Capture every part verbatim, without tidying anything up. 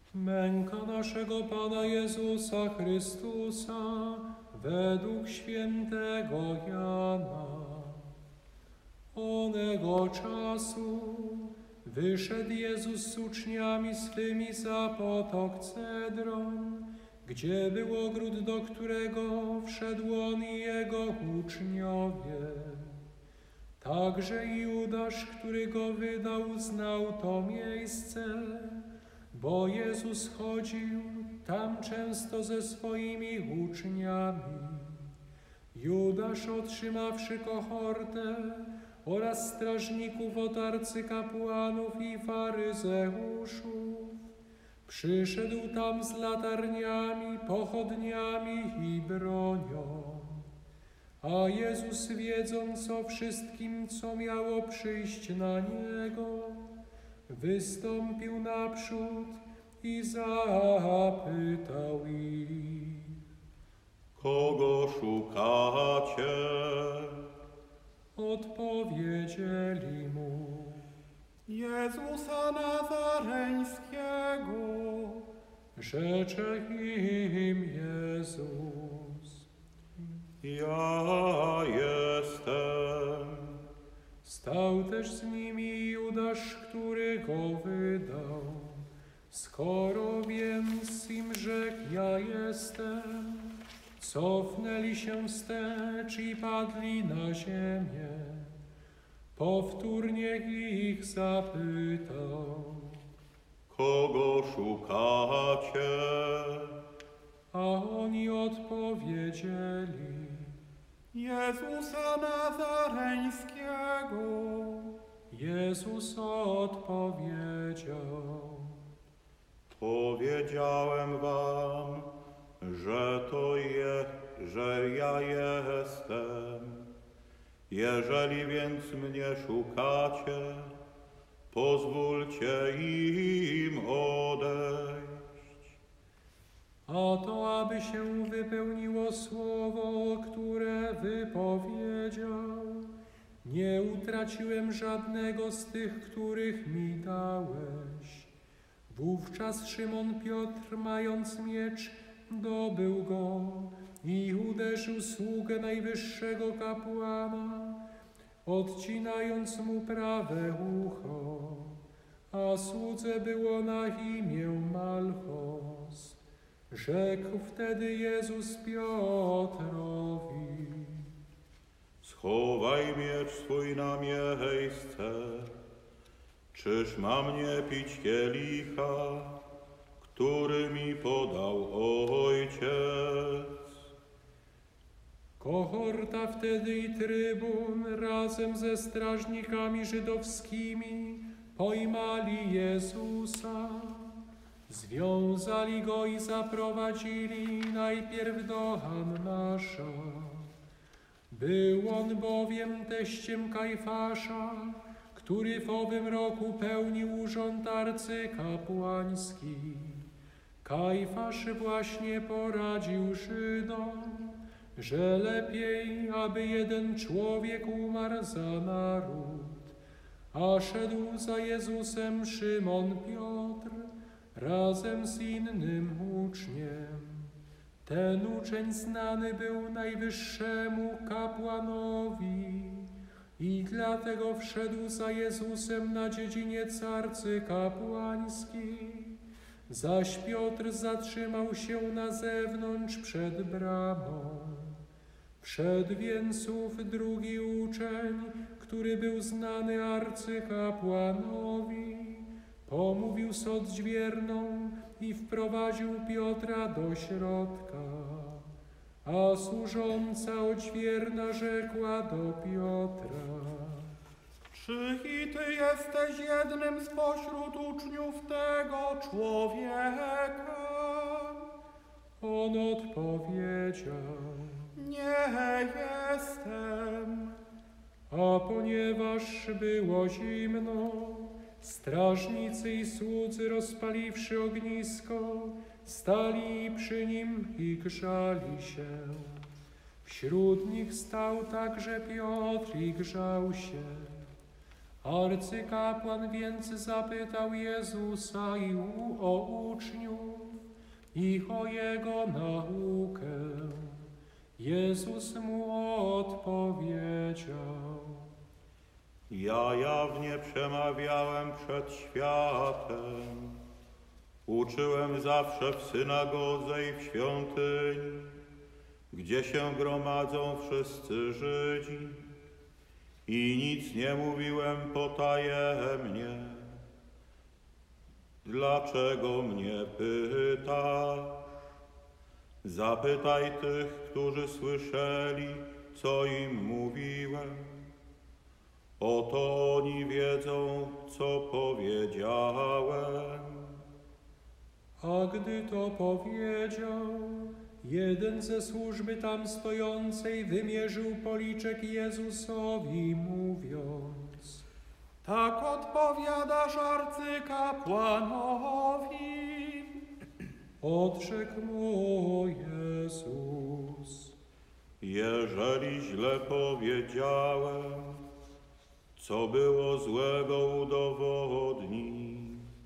Męka naszego Pana Jezusa Chrystusa według świętego Jana. Onego czasu wyszedł Jezus z uczniami swymi za potok Cedron, gdzie był ogród, do którego wszedł on i jego uczniowie. Także Judasz, który go wydał, znał to miejsce, bo Jezus chodził tam często ze swoimi uczniami. Judasz, otrzymawszy kohortę oraz strażników od arcykapłanów i faryzeuszów, przyszedł tam z latarniami, pochodniami i bronią. A Jezus, wiedząc o wszystkim, co miało przyjść na Niego, wystąpił naprzód i zapytał ich: Kogo szukacie? Odpowiedzieli mu: Jezusa Nazareńskiego. Rzecze im Jezus: Ja jestem. Stał też z nimi Judasz, który go wydał. Skoro więc im rzekł: ja jestem, cofnęli się wstecz i padli na ziemię. Powtórnie ich zapytał: Kogo szukacie? A oni odpowiedzieli: Jezusa Nazareńskiego. Jezus odpowiedział: Powiedziałem wam, że to je, że ja jestem. Jeżeli więc mnie szukacie, pozwólcie im odejść. A to, aby się wypełniło słowo, które wypowiedział: nie utraciłem żadnego z tych, których mi dałeś. Wówczas Szymon Piotr, mając miecz, dobył go i uderzył sługę najwyższego kapłana, odcinając mu prawe ucho. A słudze było na imię Malchos. Rzekł wtedy Jezus Piotrowi: Schowaj miecz swój na miejsce. Czyż mam nie pić kielicha, który mi podał Ojciec? Kohorta wtedy i trybun razem ze strażnikami żydowskimi pojmali Jezusa. Związali go i zaprowadzili najpierw do Hannasza. Był on bowiem teściem Kajfasza, który w owym roku pełnił urząd arcykapłański. Kajfasz właśnie poradził Żydom, że lepiej, aby jeden człowiek umarł za naród. A szedł za Jezusem Szymon Piotr razem z innym uczniem. Ten uczeń znany był najwyższemu kapłanowi i dlatego wszedł za Jezusem na dziedziniec arcykapłański. Zaś Piotr zatrzymał się na zewnątrz przed bramą. Wszedł więc ów drugi uczeń, który był znany arcykapłanowi, pomówił z odźwierną i wprowadził Piotra do środka. A służąca odźwierna rzekła do Piotra: Czy i ty jesteś jednym spośród uczniów tego człowieka? On odpowiedział: Nie jestem. A ponieważ było zimno, strażnicy i słudzy, rozpaliwszy ognisko, stali przy nim i grzali się. Wśród nich stał także Piotr i grzał się. Arcykapłan więc zapytał Jezusa i u, o uczniów, ich o jego naukę. Jezus mu odpowiedział: Ja jawnie przemawiałem przed światem, uczyłem zawsze w synagodze i w świątyni, gdzie się gromadzą wszyscy Żydzi, i nic nie mówiłem potajemnie. Dlaczego mnie pytasz? Zapytaj tych, którzy słyszeli, co im mówiłem. Oto oni wiedzą, co powiedziałem. A gdy to powiedział, jeden ze służby tam stojącej wymierzył policzek Jezusowi, mówiąc: Tak odpowiadasz arcykapłanowi. Odrzekł mu Jezus: Jeżeli źle powiedziałem, co było złego udowodnij,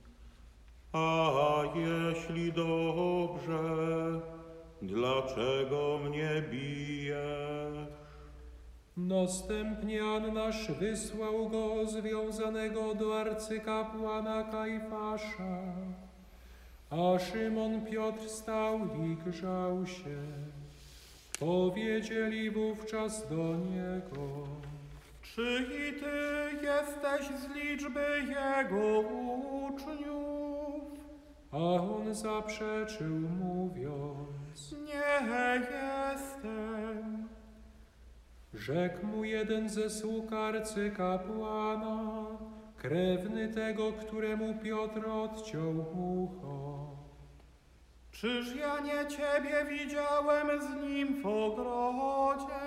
a jeśli dobrze, dlaczego mnie bijesz? Następnie Annasz wysłał go związanego do arcykapłana Kajfasza, a Szymon Piotr stał i grzał się. Powiedzieli wówczas do niego: Czy i ty jesteś z liczby jego uczniów? A on zaprzeczył, mówiąc: Nie jestem. Rzekł mu jeden ze sług arcykapłana, krewny tego, któremu Piotr odciął ucho: Czyż ja nie ciebie widziałem z nim w ogrodzie?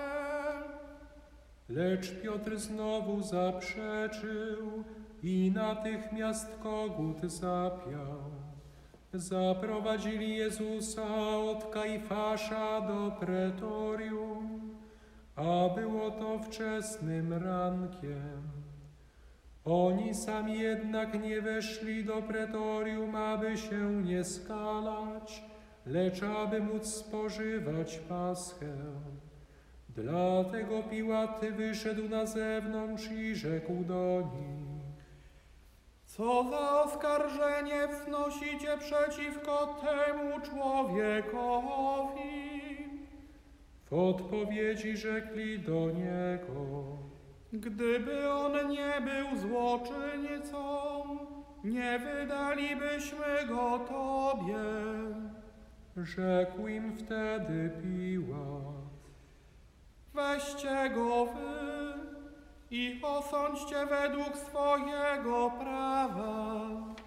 Lecz Piotr znowu zaprzeczył i natychmiast kogut zapiał. Zaprowadzili Jezusa od Kajfasza do pretorium, a było to wczesnym rankiem. Oni sami jednak nie weszli do pretorium, aby się nie skalać, lecz aby móc spożywać Paschę. Dlatego Piłat wyszedł na zewnątrz i rzekł do nich: Co za oskarżenie wznosicie przeciwko temu człowiekowi? W odpowiedzi rzekli do niego: Gdyby on nie był złoczyńcą, nie wydalibyśmy go Tobie. Rzekł im wtedy Piłat: Weźcie go wy i osądźcie według swojego prawa.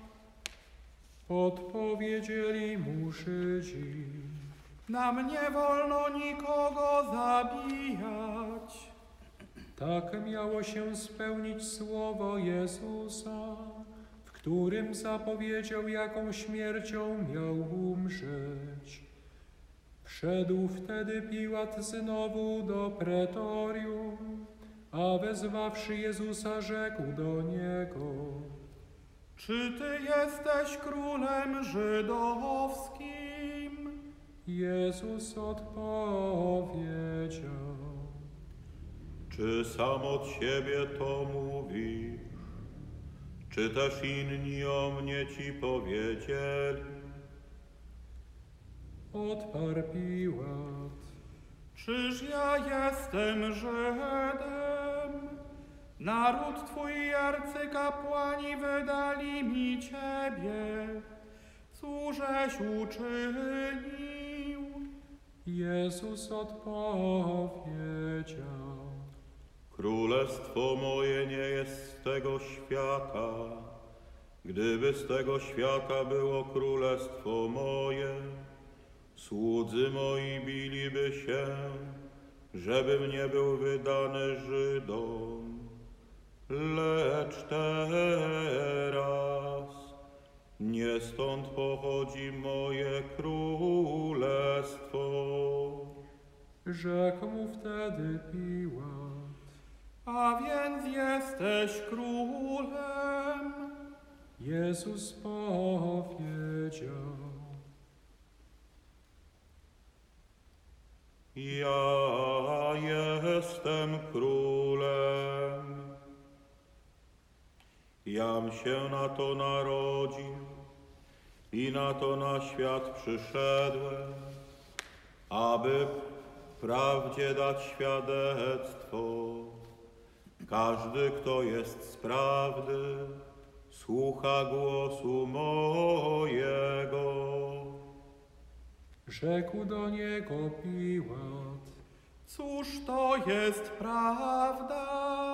Odpowiedzieli mu Żydzi: Nam nie wolno nikogo zabijać. Tak miało się spełnić słowo Jezusa, w którym zapowiedział, jaką śmiercią miał umrzeć. Wszedł wtedy Piłat znowu do pretorium, a wezwawszy Jezusa, rzekł do niego: Czy ty jesteś królem żydowskim? Jezus odpowiedział: Czy sam od siebie to mówisz? Czy też inni o mnie ci powiedzieli? Odparł Piłat: Czyż ja jestem Żydem? Naród twój i arcykapłani wydali mi ciebie. Cóżeś uczynił? Jezus odpowiedział: Królestwo moje nie jest z tego świata. Gdyby z tego świata było królestwo moje, słudzy moi biliby się, żebym nie był wydany Żydom. Lecz teraz nie stąd pochodzi moje królestwo. Rzekł mu wtedy Piłat: A więc jesteś królem? Jezus powiedział: Ja jestem królem. Jam się na to narodził i na to na świat przyszedłem, aby prawdzie dać świadectwo. Każdy, kto jest z prawdy, słucha głosu mojego. Rzekł do niego Piłat: Cóż to jest prawda?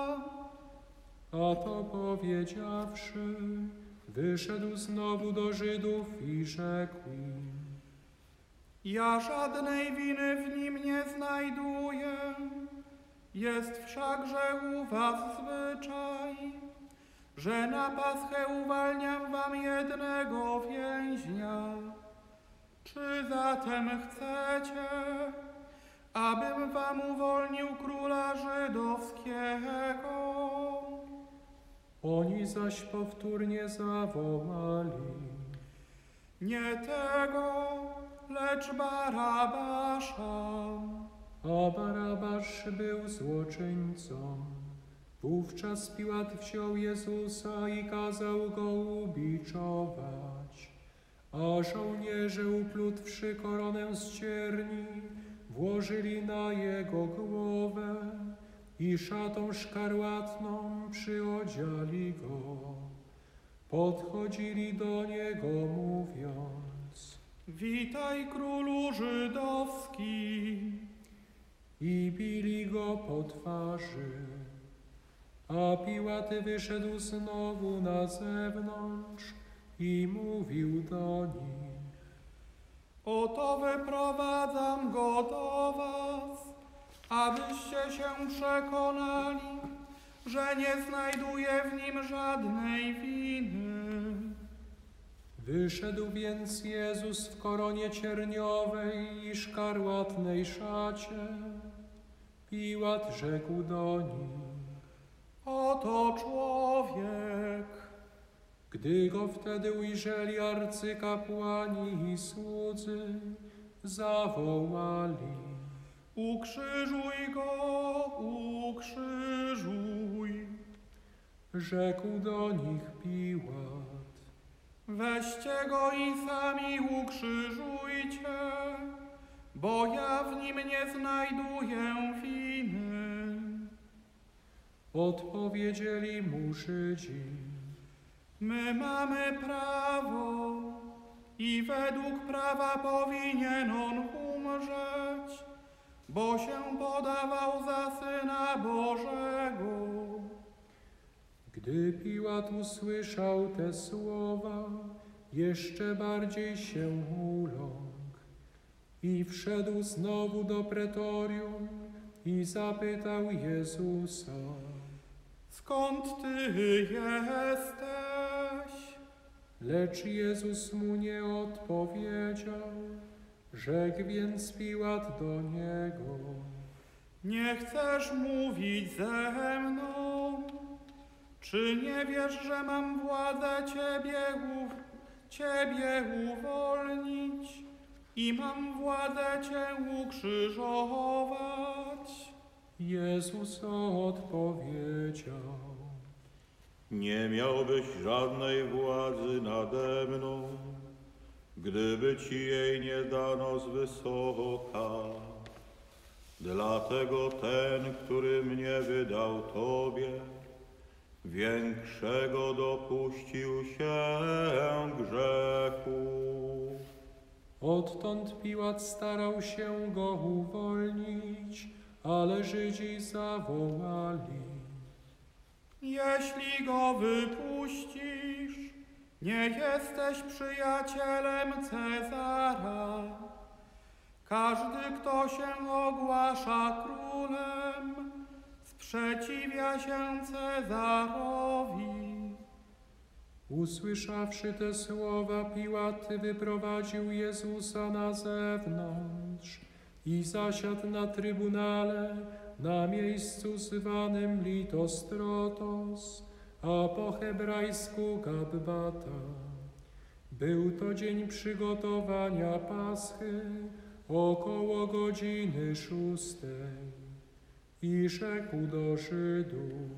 A to powiedziawszy, wyszedł znowu do Żydów i rzekł im: Ja żadnej winy w nim nie znajduję. Jest wszakże u was zwyczaj, że na Paschę uwalniam wam jednego więźnia. Czy zatem chcecie, abym wam uwolnił króla żydowskiego? Oni zaś powtórnie zawołali: Nie tego, lecz Barabasza. A Barabasz był złoczyńcą. Wówczas Piłat wziął Jezusa i kazał go ubiczować. A żołnierze, uplutwszy koronę z cierni, włożyli na jego głowę i szatą szkarłatną przyodziali go. Podchodzili do niego, mówiąc: Witaj, królu żydowski. I bili go po twarzy. A Piłat wyszedł znowu na zewnątrz i mówił do nich: Oto wyprowadzam go do was, abyście się przekonali, że nie znajduję w nim żadnej winy. Wyszedł więc Jezus w koronie cierniowej i szkarłatnej szacie. Piłat rzekł do nich: Oto człowiek. Gdy go wtedy ujrzeli arcykapłani i słudzy, zawołali: Ukrzyżuj go, ukrzyżuj. Rzekł do nich Piłat: Weźcie go i sami ukrzyżujcie, bo ja w nim nie znajduję winy. Odpowiedzieli mu Żydzi: My mamy prawo i według prawa powinien on umrzeć, bo się podawał za Syna Bożego. Gdy Piłat usłyszał te słowa, jeszcze bardziej się uląkł i wszedł znowu do pretorium i zapytał Jezusa: Skąd Ty jesteś? Lecz Jezus mu nie odpowiedział. Rzekł więc Piłat do niego: Nie chcesz mówić ze mną? Czy nie wiesz, że mam władzę Ciebie, u, ciebie uwolnić i mam władzę Cię ukrzyżować? Jezus odpowiedział: Nie miałbyś żadnej władzy nade mną, gdyby ci jej nie dano z wysoka. Dlatego ten, który mnie wydał Tobie, większego dopuścił się grzechu. Odtąd Piłat starał się go uwolnić, ale Żydzi zawołali: Jeśli go wypuścisz, nie jesteś przyjacielem Cezara. Każdy, kto się ogłasza królem, sprzeciwia się Cezarowi. Usłyszawszy te słowa, Piłat wyprowadził Jezusa na zewnątrz i zasiadł na trybunale na miejscu zwanym Litostrotos, a po hebrajsku Gabbata. Był to dzień przygotowania Paschy, około godziny szóstej i rzekł do Żydów: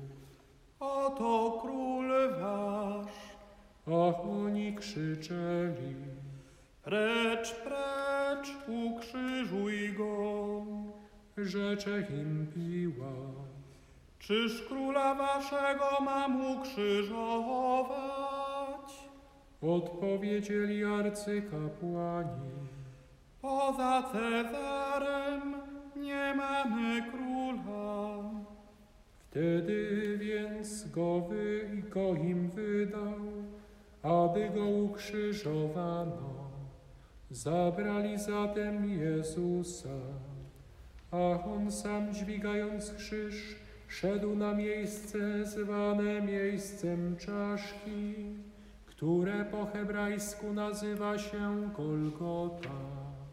Oto król wasz. A oni krzyczeli: Precz, precz, ukrzyżuj go. Rzecze im Piłat: Czyż króla waszego mam ukrzyżować? Odpowiedzieli arcykapłani: Poza Cezarem nie mamy króla. Wtedy więc go, wy, go im wydał, aby go ukrzyżowano. Zabrali zatem Jezusa, a on sam, dźwigając krzyż, szedł na miejsce zwane miejscem czaszki, które po hebrajsku nazywa się Golgota.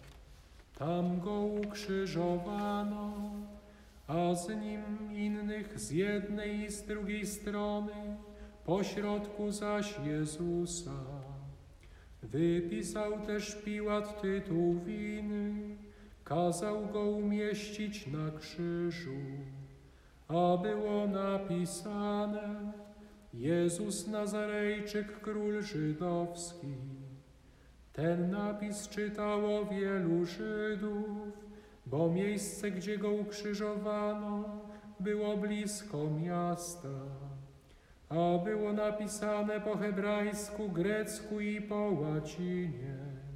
Tam go ukrzyżowano, a z nim innych z jednej i z drugiej strony, pośrodku zaś Jezusa. Wypisał też Piłat tytuł winy, kazał go umieścić na krzyżu, a było napisane: Jezus Nazarejczyk, król żydowski. Ten napis czytało wielu Żydów, bo miejsce, gdzie go ukrzyżowano, było blisko miasta. A było napisane po hebrajsku, grecku i po łacinie.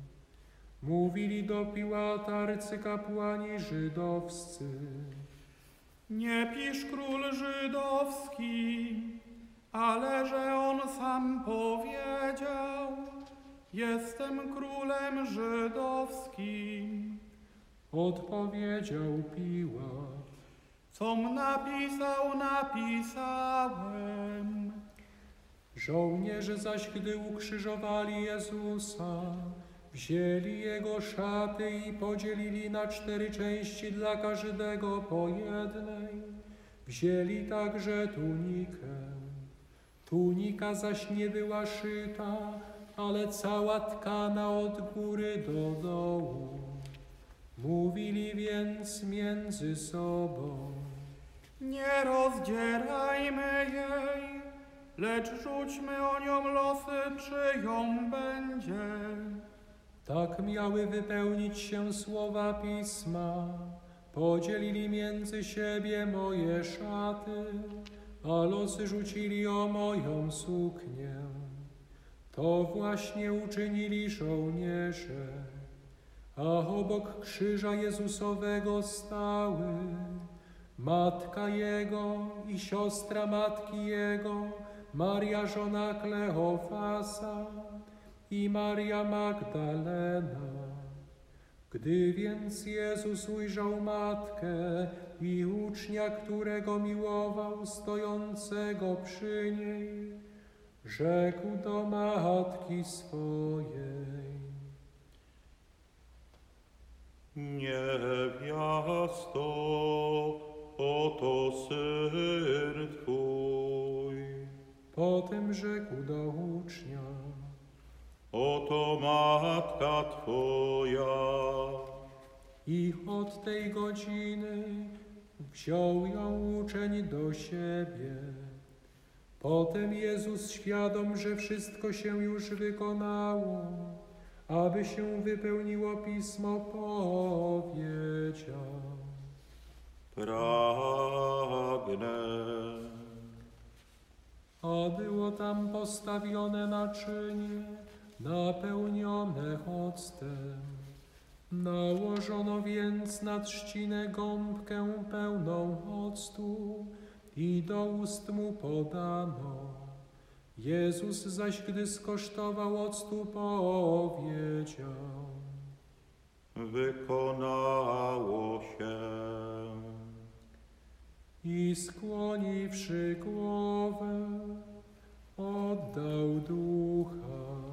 Mówili do Piłata arcykapłani żydowscy: Nie pisz król żydowski, ale że on sam powiedział: Jestem królem żydowskim. Odpowiedział Piłat: Com napisał, napisałem. Żołnierze zaś, gdy ukrzyżowali Jezusa, wzięli jego szaty i podzielili na cztery części, dla każdego po jednej. Wzięli także tunikę. Tunika zaś nie była szyta, ale cała tkana od góry do dołu. Mówili więc między sobą: Nie rozdzierajmy jej, lecz rzućmy o nią losy, czyją będzie. Tak miały wypełnić się słowa Pisma. Podzielili między siebie moje szaty, a losy rzucili o moją suknię. To właśnie uczynili żołnierze. A obok krzyża Jezusowego stały matka Jego i siostra matki Jego, Maria żona Kleofasa i Maria Magdalena. Gdy więc Jezus ujrzał matkę i ucznia, którego miłował, stojącego przy niej, rzekł do matki swojej: Niewiasto, oto syn Twój. Potem rzekł do ucznia: Oto matka Twoja. I od tej godziny wziął ją uczeń do siebie. Potem Jezus, świadom, że wszystko się już wykonało, aby się wypełniło Pismo, powiedział: Pragnę. A było tam postawione naczynie napełnione octem. Nałożono więc na trzcinę gąbkę pełną octu i do ust mu podano. Jezus zaś, gdy skosztował octu, powiedział: Wykonało się. I skłoniwszy głowę, oddał ducha.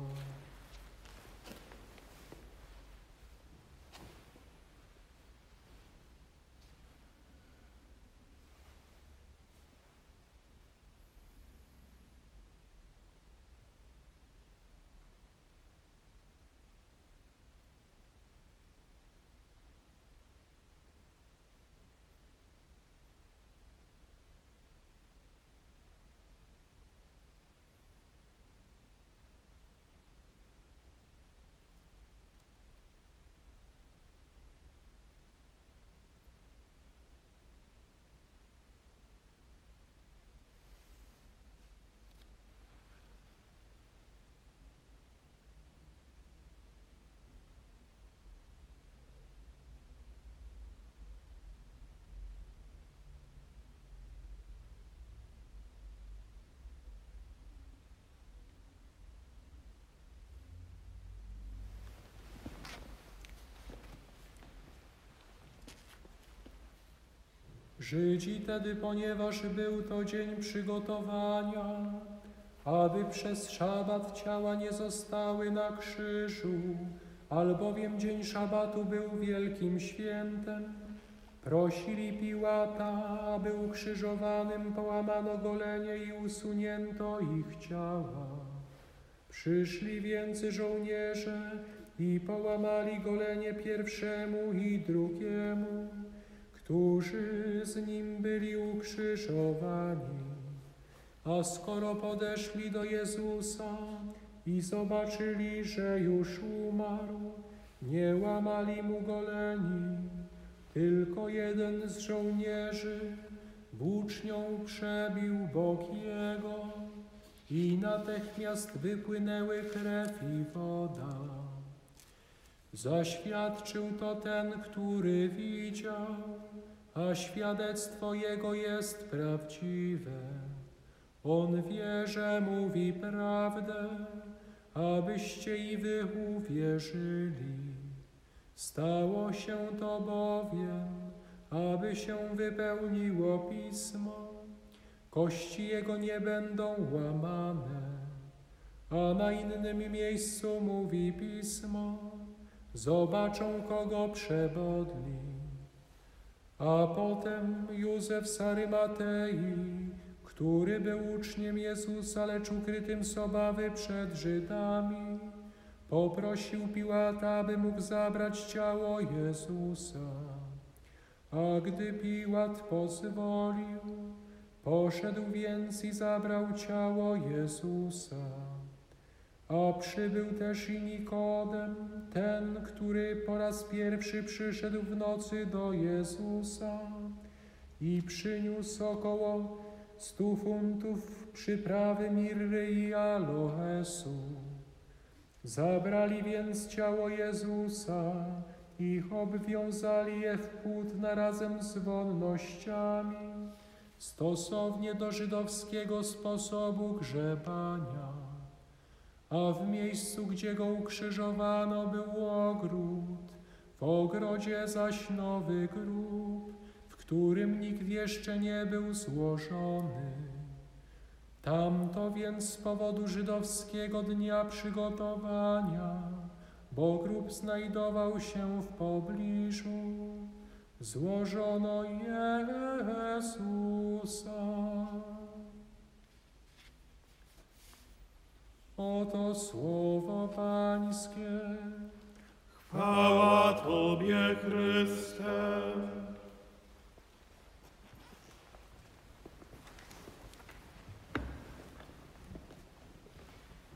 Żydzi tedy, ponieważ był to dzień przygotowania, aby przez szabat ciała nie zostały na krzyżu, albowiem dzień szabatu był wielkim świętem, prosili Piłata, aby ukrzyżowanym połamano golenie i usunięto ich ciała. Przyszli więc żołnierze i połamali golenie pierwszemu i drugiemu, którzy z nim byli ukrzyżowani. A skoro podeszli do Jezusa i zobaczyli, że już umarł, nie łamali mu goleni, tylko jeden z żołnierzy włócznią przebił bok jego i natychmiast wypłynęły krew i woda. Zaświadczył to ten, który widział, a świadectwo jego jest prawdziwe. On wie, że mówi prawdę, abyście i wy uwierzyli. Stało się to bowiem, aby się wypełniło Pismo. Kości jego nie będą łamane. A na innym miejscu mówi Pismo, zobaczą, kogo przebodli. A potem Józef z Arymatei, który był uczniem Jezusa, lecz ukrytym z obawy przed Żydami, poprosił Piłata, aby mógł zabrać ciało Jezusa. A gdy Piłat pozwolił, poszedł więc i zabrał ciało Jezusa. A przybył też i Nikodem, ten, który po raz pierwszy przyszedł w nocy do Jezusa i przyniósł około stu funtów przyprawy mirry i aloesu. Zabrali więc ciało Jezusa i obwiązali je w płótna razem z wonnościami, stosownie do żydowskiego sposobu grzebania. A w miejscu, gdzie go ukrzyżowano, był ogród, w ogrodzie zaś nowy grób, w którym nikt jeszcze nie był złożony. Tamto więc z powodu żydowskiego dnia przygotowania, bo grób znajdował się w pobliżu, złożono Jezusa. Oto słowo Pańskie. Chwała Tobie, Chryste.